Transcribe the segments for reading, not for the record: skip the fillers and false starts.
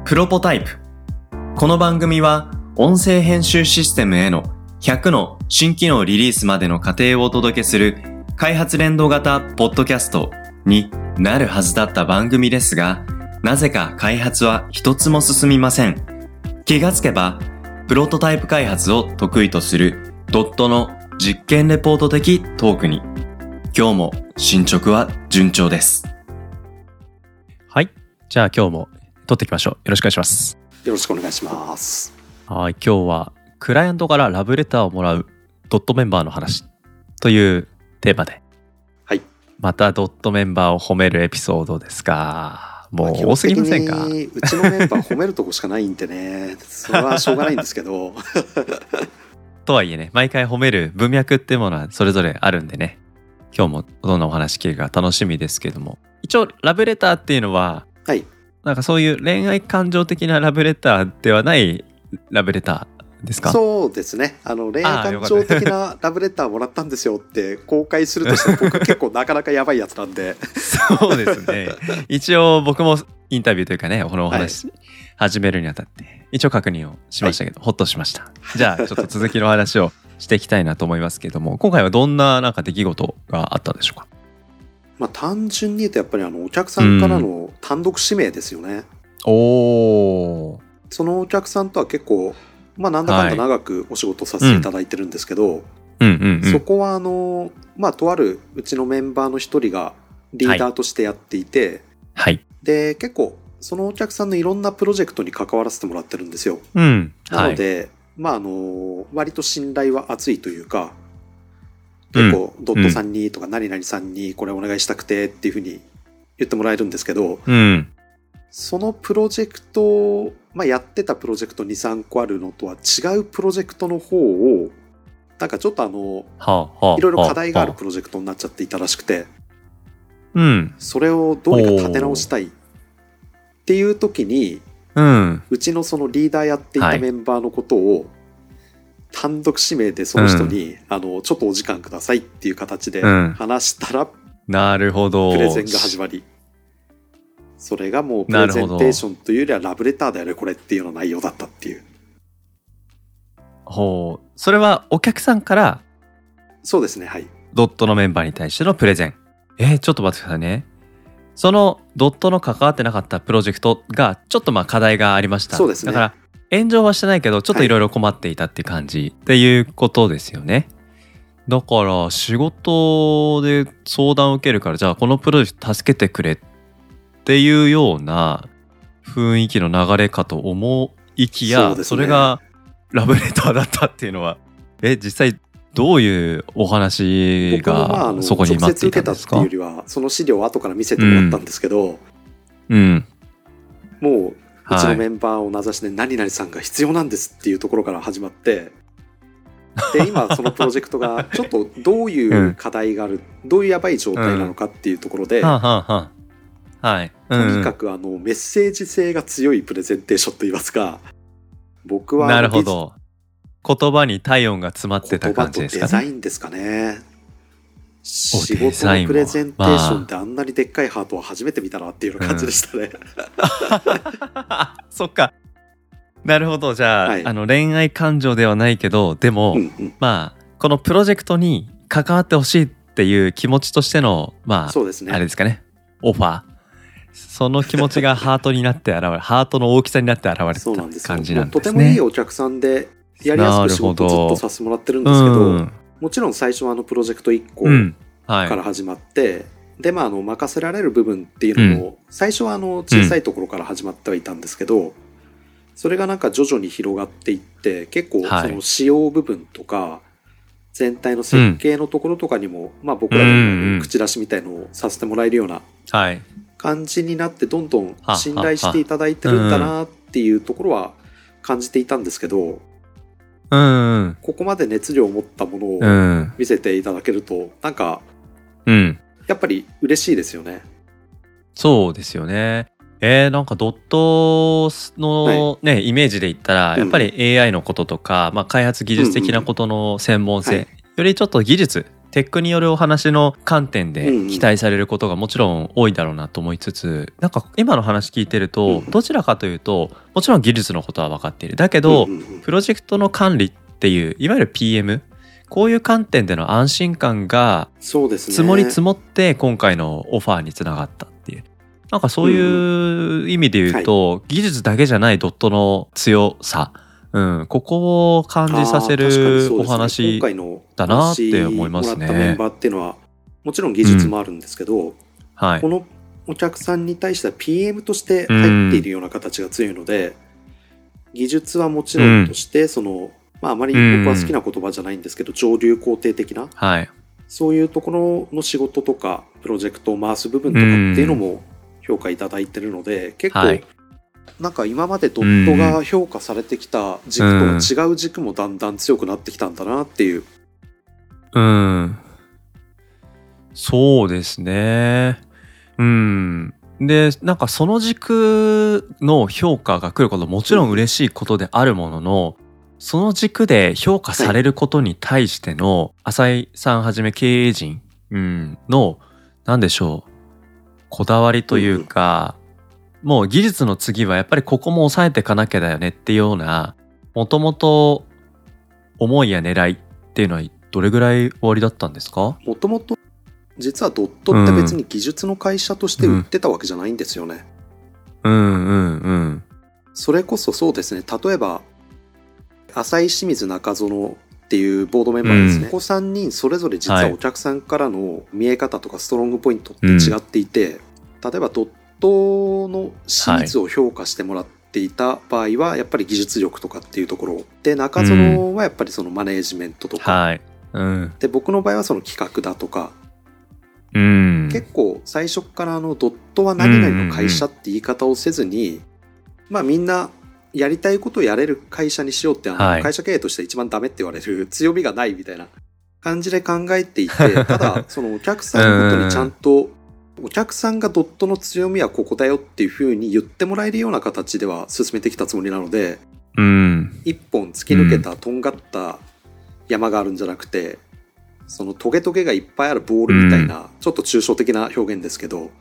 プロポタイプ。この番組は音声編集システムへの100の新機能リリースまでの過程をお届けする開発連動型ポッドキャストになるはずだった番組ですが、なぜか開発は一つも進みません。気がつけばプロトタイプ開発を得意とするドットの実験レポート的トークに、今日も進捗は順調です。 はい、じゃあ今日も撮っていきましょう。よろしくお願いします。 よろしくお願いします。 はい、今日はクライアントからラブレターをもらうドットメンバーの話というテーマで、 はい、 またドットメンバーを褒めるエピソードですが、もう多すぎませんか？ うちのメンバー褒めるとこしかないんでねそれはしょうがないんですけどとはいえね、毎回褒める文脈っていうものはそれぞれあるんでね、今日もどんなお話聞けるか楽しみですけども、一応ラブレターっていうのは、 はい、 なんかそういう恋愛感情的なラブレターではないラブレターですか？ そうですね。恋愛感情的なラブレターもらったんですよって公開するとしたら僕結構なかなかやばいやつなんでそうですね。一応僕もインタビューというかね、このお話始めるにあたって一応確認をしましたけど、ほっとしました。じゃあちょっと続きの話をしていきたいなと思いますけども、今回はどんななんか出来事があったんでしょうか？ 単純に言うとやっぱりお客さんからの単独指名ですよね。 おー。 そのお客さんとは結構なんだかんだ長くお仕事させていただいてるんですけど、そこはとあるうちのメンバーの一人がリーダーとしてやっていて、はい、で結構そのお客さんのいろんなプロジェクトに関わらせてもらってるんですよ。なので、割と信頼は厚いというか、結構ドットさんにとか何々さんにこれお願いしたくてっていうふうに言ってもらえるんですけど、そのプロジェクト、やってたプロジェクト 2,3 個あるのとは違うプロジェクトの方をなんかちょっといろいろ課題があるプロジェクトになっちゃっていたらしくて、それをどうにか立て直したいっていう時に、うちのそのリーダーやっていたメンバーのことを単独指名でその人に、ちょっとお時間くださいっていう形で話したら、 なるほど、 プレゼンが始まり、それがもうプレゼンテーションというよりはラブレターだよねこれっていうような内容だったっていう。 ほう、それはお客さんから、 そうですね、はい、 ドットのメンバーに対してのプレゼン。ちょっと待ってくださいね。そのドットの関わってなかったプロジェクトがちょっと課題がありました。 そうですね。 だから炎上はしてないけどちょっといろいろ困っていたって感じ、っていうことですよね。だから仕事で相談を受けるから、じゃあこのプロジェクト助けてくれっていうような雰囲気の流れかと思いきや、 それがラブレターだったっていうのは、実際どういうお話がそこに待っていたんですか？ 直接受けたっていうよりはその資料を後から見せてもらったんですけど、もううちのメンバーを名指しで何々さんが必要なんですっていうところから始まって、で今そのプロジェクトがちょっとどういう課題がある、どういうやばい状態なのかっていうところで、とにかくメッセージ性が強いプレゼンテーションといいますか、僕はなるほど、言葉に体温が詰まってた感じですかね。 言葉とデザインですかね。仕事のプレゼンテーションってあんなにでっかいハートは初めて見たなっていうような感じでしたね、 そっか、なるほど。じゃあ、恋愛感情ではないけど、でも、このプロジェクトに関わってほしいっていう気持ちとしての、 そうですね、 あれですかね、オファー、その気持ちがハートになって現れハートの大きさになって現れた感じなんですね。 とてもいいお客さんでやりやすく仕事をずっとさせてもらってるんですけど、もちろん最初はプロジェクト1個から始まって、で任せられる部分っていうのも、最初は小さいところから始まってはいたんですけど、それがなんか徐々に広がっていって、結構その仕様部分とか全体の設計のところとかにも、僕らで口出しみたいのをさせてもらえるような感じになって、どんどん信頼していただいてるんだなっていうところは感じていたんですけど、ここまで熱量を持ったものを見せていただけると、なんか、やっぱり嬉しいですよね。 そうですよね。なんかドットのね、イメージで言ったら、やっぱり AI のこととか、開発技術的なことの専門性、よりちょっと技術テックによるお話の観点で期待されることがもちろん多いだろうなと思いつつ、なんか今の話聞いてるとどちらかというともちろん技術のことは分かっている、だけどプロジェクトの管理っていういわゆる PM、 こういう観点での安心感が積もり積もって今回のオファーにつながったっていう、なんかそういう意味で言うと、技術だけじゃないドットの強さ、ここを感じさせるお話だなって思いますね。 もらったメンバーっていうのはもちろん技術もあるんですけど、このお客さんに対しては PM として入っているような形が強いので、技術はもちろんとしてその、あまり僕は好きな言葉じゃないんですけど、上流工程的な、そういうところの仕事とかプロジェクトを回す部分とかっていうのも評価いただいてるので、結構なんか今までドットが評価されてきた軸とは違う軸もだんだん強くなってきたんだなっていう。 そうですね。で、なんかその軸の評価が来ることもちろん嬉しいことであるものの、その軸で評価されることに対しての浅井さんはじめ経営陣の何でしょう、こだわりというか、もう技術の次はやっぱりここも抑えていかなきゃだよねっていうようなもともと思いや狙いっていうのはどれぐらい終わりだったんですか？ もともと実はドットって別に技術の会社として売ってたわけじゃないんですよね。それこそそうですね、例えば浅井、清水、中園っていうボードメンバーですね、ここ3人それぞれ実はお客さんからの見え方とかストロングポイントって違っていて、例えばドットの清水を評価してもらっていた場合はやっぱり技術力とかっていうところで、中園はやっぱりそのマネージメントとか、で僕の場合はその企画だとか、結構最初からドットは何々の会社って言い方をせずに、みんなやりたいことをやれる会社にしようって、会社経営として一番ダメって言われる強みがないみたいな感じで考えていて、ただそのお客さんごとにちゃんとお客さんがドットの強みはここだよっていう風に言ってもらえるような形では進めてきたつもりなので、一本突き抜けたとんがった山があるんじゃなくて、そのトゲトゲがいっぱいあるボールみたいな、ちょっと抽象的な表現ですけど、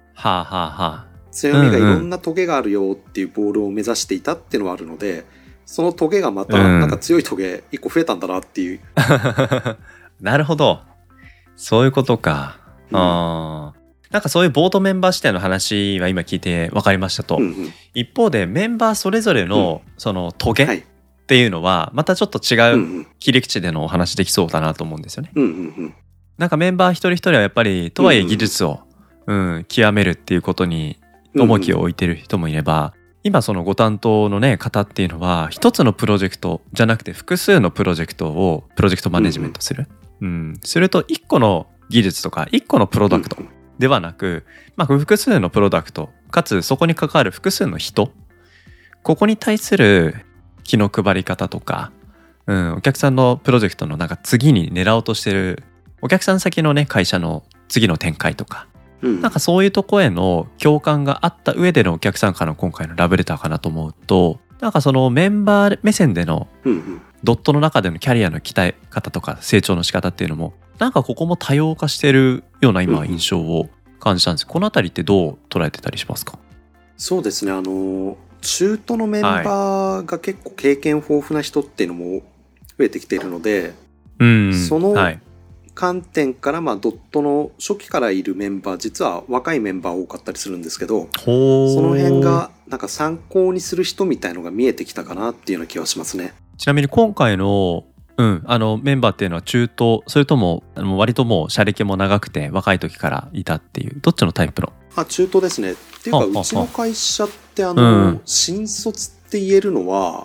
強みがいろんなトゲがあるよっていうボールを目指していたっていうのはあるので、そのトゲがまたなんか強いトゲ1個増えたんだなっていう。 なるほど、そういうことか。なんかそういうボードメンバー視点の話は今聞いて分かりましたと。一方でメンバーそれぞれのそのトゲっていうのはまたちょっと違う切り口でのお話できそうだなと思うんですよね。なんかメンバー一人一人はやっぱりとはいえ技術を極めるっていうことに重きを置いてる人もいれば、今そのご担当のね方っていうのは一つのプロジェクトじゃなくて複数のプロジェクトをプロジェクトマネジメントする。すると一個の技術とか一個のプロダクトではなく、複数のプロダクトかつそこに関わる複数の人、ここに対する気の配り方とか、お客さんのプロジェクトのなんか次に狙おうとしてるお客さん先のね会社の次の展開とか、なんかそういうとこへの共感があった上でのお客さんからの今回のラブレターかなと思うと、なんかそのメンバー目線でのドットの中でのキャリアの鍛え方とか成長の仕方っていうのもなんかここも多様化してるような今印象を感じたんです。このあたりってどう捉えてたりしますか？ そうですね、中途のメンバーが結構経験豊富な人っていうのも増えてきているので、その観点からドットの初期からいるメンバー、実は若いメンバー多かったりするんですけど、その辺がなんか参考にする人みたいのが見えてきたかなっていうような気はしますね。 ちなみに今回のメンバーっていうのは中東、それとも割ともう社歴も長くて若い時からいたっていう、どっちのタイプの？ 中東ですね。っていうかうちの会社って新卒って言えるのは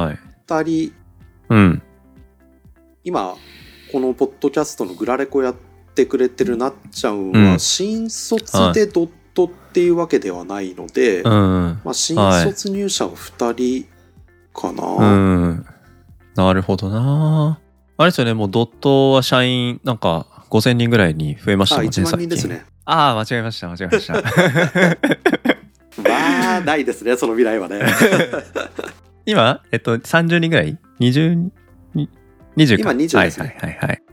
2人、今このポッドキャストのグラレコやってくれてるなっちゃんは新卒でドットっていうわけではないので、新卒入社は2人かな。 なるほどな。あれですよね、もうドットは社員なんか5000人ぐらいに増えましたもんね。 1万人ですね。 間違えましたないですね、その未来はね。 今30人ぐらい？ 20か。 今20ですね。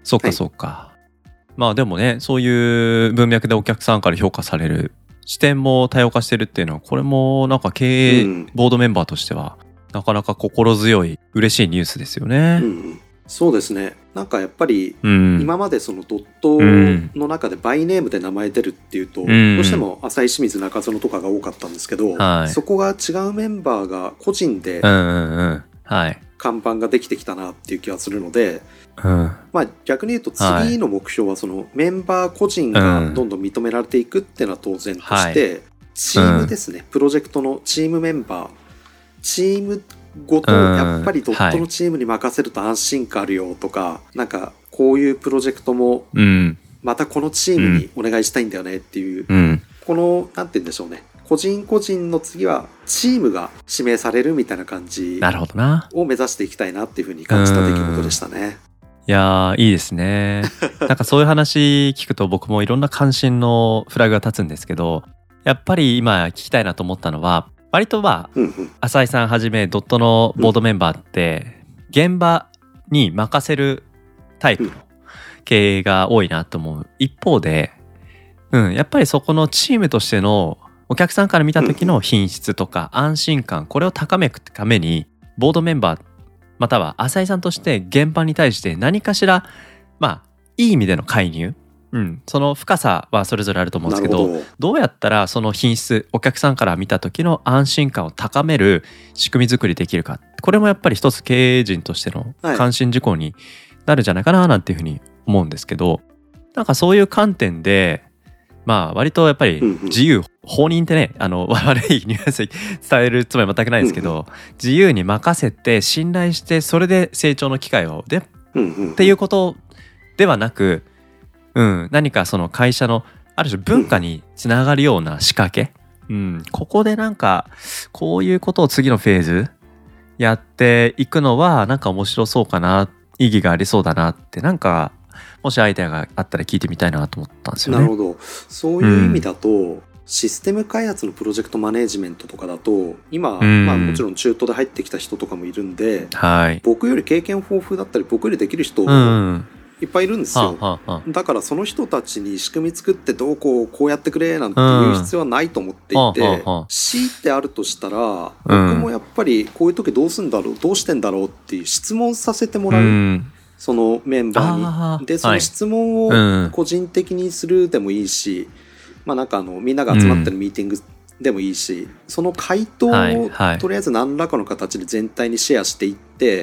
そうかそうか。まあでもね、そういう文脈でお客さんから評価される視点も多様化してるっていうのは、これもなんか経営ボードメンバーとしてはなかなか心強い嬉しいニュースですよね。 そうですね。なんかやっぱり今までそのドットの中でバイネームで名前出るっていうと、どうしても浅井清水中園とかが多かったんですけど、そこが違うメンバーが個人で看板ができてきたなっていう気がするので、まあ逆に言うと次の目標はそのメンバー個人がどんどん認められていくっていうのは当然として、チームですね。プロジェクトのチームメンバー、チームごとやっぱりドットのチームに任せると安心感あるよとか、なんかこういうプロジェクトもまたこのチームにお願いしたいんだよねっていう、このなんて言うんでしょうね、個人個人の次はチームが指名されるみたいな感じを目指していきたいなっていうふうに感じた出来事でしたね。 いやーいいですね。なんかそういう話聞くと僕もいろんな関心のフラグが立つんですけど、やっぱり今聞きたいなと思ったのは、割と浅井さんはじめドットのボードメンバーって現場に任せるタイプの経営が多いなと思う一方で、やっぱりそこのチームとしてのお客さんから見た時の品質とか安心感、これを高めるためにボードメンバーまたは浅井さんとして現場に対して何かしらいい意味での介入、その深さはそれぞれあると思うんですけど、どうやったらその品質、お客さんから見た時の安心感を高める仕組み作りできるか、これもやっぱり一つ経営陣としての関心事項になるんじゃないかななんていうふうに思うんですけど、なんかそういう観点で割とやっぱり自由、放任ってね、悪いニュアンス伝えるつもりは全くないですけど、自由に任せて信頼して、それで成長の機会をっていうことではなく、何かその会社のある種文化につながるような仕掛け、ここでなんかこういうことを次のフェーズやっていくのはなんか面白そうかな、意義がありそうだなって、なんかもしアイデアがあったら聞いてみたいなと思ったんですよね。 なるほど。そういう意味だと、システム開発のプロジェクトマネージメントとかだと今、もちろん中途で入ってきた人とかもいるんで、僕より経験豊富だったり僕よりできる人いっぱいいるんですよ。だからその人たちに仕組み作ってどうこうやってくれなんていう必要はないと思っていて、強いてあるとしたら僕もやっぱりこういう時どうすんだろう、どうしてんだろうっていう質問させてもらう、そのメンバーに。でその質問を個人的にするでもいいし、なんかみんなが集まってるミーティングでもいいし、その回答をとりあえず何らかの形で全体にシェアしていって、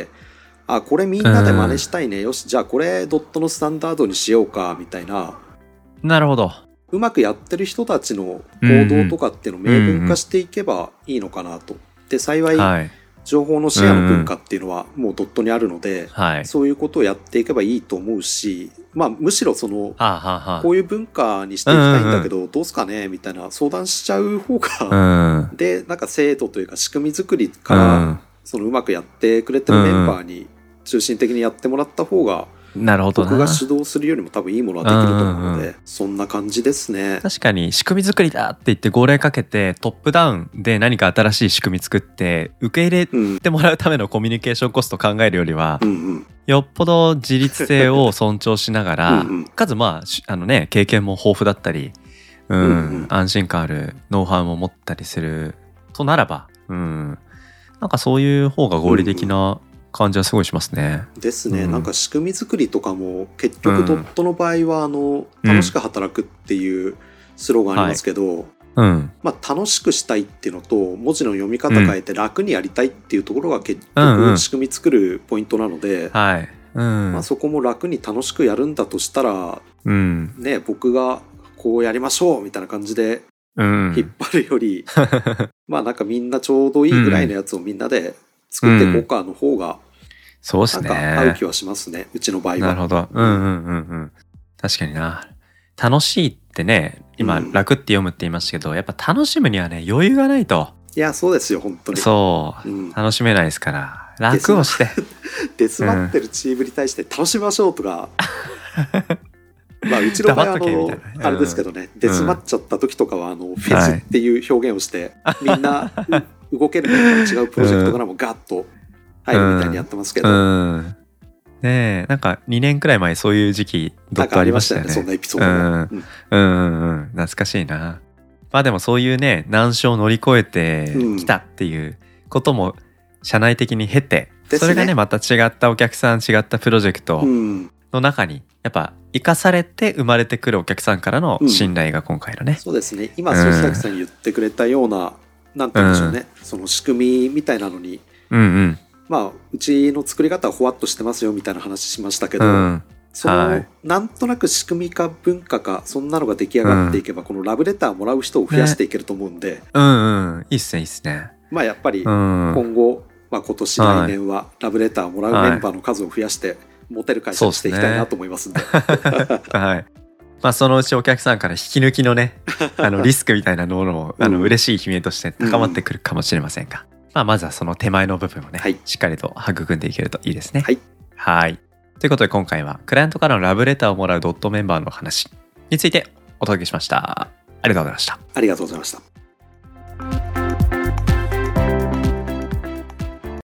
これみんなで真似したいね、よしじゃあこれドットのスタンダードにしようかみたいな。 なるほど。 うまくやってる人たちの行動とかっていうのを明文化していけばいいのかなと。で幸い、情報のシェアの文化っていうのはもうドットにあるので、そういうことをやっていけばいいと思うし、むしろそのこういう文化にしていきたいんだけどどうすかねみたいな相談しちゃう方が、でなんか制度というか仕組み作りからそのうまくやってくれてるメンバーに中心的にやってもらった方が、僕が主導するよりも多分いいものはできると思うので、そんな感じですね。 確かに仕組み作りだって言って号令かけてトップダウンで何か新しい仕組み作って受け入れてもらうためのコミュニケーションコスト考えるよりは、よっぽど自立性を尊重しながらかつ経験も豊富だったり、安心感あるノウハウも持ったりするとならば、なんかそういう方が合理的な感じはすごいしますね。 ですね。なんか仕組み作りとかも結局ドットの場合は楽しく働くっていうスローガンありますけど、楽しくしたいっていうのと文字の読み方変えて楽にやりたいっていうところが結局仕組み作るポイントなので、そこも楽に楽しくやるんだとしたら、僕がこうやりましょうみたいな感じで引っ張るよりなんかみんなちょうどいいぐらいのやつをみんなで作っていこうかの方がそうですね。 なんか合う気はしますね。うちの場合は。 なるほど。確かにな。楽しいってね、今、楽って読むって言いましたけど、やっぱ楽しむにはね、余裕がないと。 いや、そうですよ、本当に。 そう。楽しめないですから。楽をして。 出詰まってるチームに対して楽しみましょうとか。うちの場合はあれですけどね、出詰まっちゃった時とかはフェジっていう表現をして、みんな動けるメンバーの違うプロジェクトからもガッと入るみたいにやってますけど、 ねえ、なんか2年くらい前そういう時期ドットありましたよね。 そんなエピソードが。 懐かしいな。まあでもそういうね、難所を乗り越えてきたっていうことも社内的に経て、それがねまた違ったお客さん、違ったプロジェクトの中にやっぱ生かされて生まれてくるお客さんからの信頼が今回のね。 そうですね。今鈴崎さん言ってくれたような、なんて言うんでしょうね。その仕組みみたいなのに。まあ、うちの作り方はほわっとしてますよみたいな話しましたけど、その、なんとなく仕組みか文化か、そんなのが出来上がっていけば、このラブレターもらう人を増やしていけると思うんで。 いいっすね、いいっすね。 まあ、やっぱり、今後、まあ、今年来年はラブレターもらうメンバーの数を増やして、モテる会社にしていきたいなと思いますんで。 はい。まあ、そのうちお客さんから引き抜きのね、リスクみたいなものも、嬉しい悲鳴として高まってくるかもしれませんが。まあ、まずはその手前の部分をね、しっかりと育んでいけるといいですね。はい。ということで今回はクライアントからのラブレターをもらうドットメンバーの話についてお届けしました。ありがとうございました。 ありがとうございました。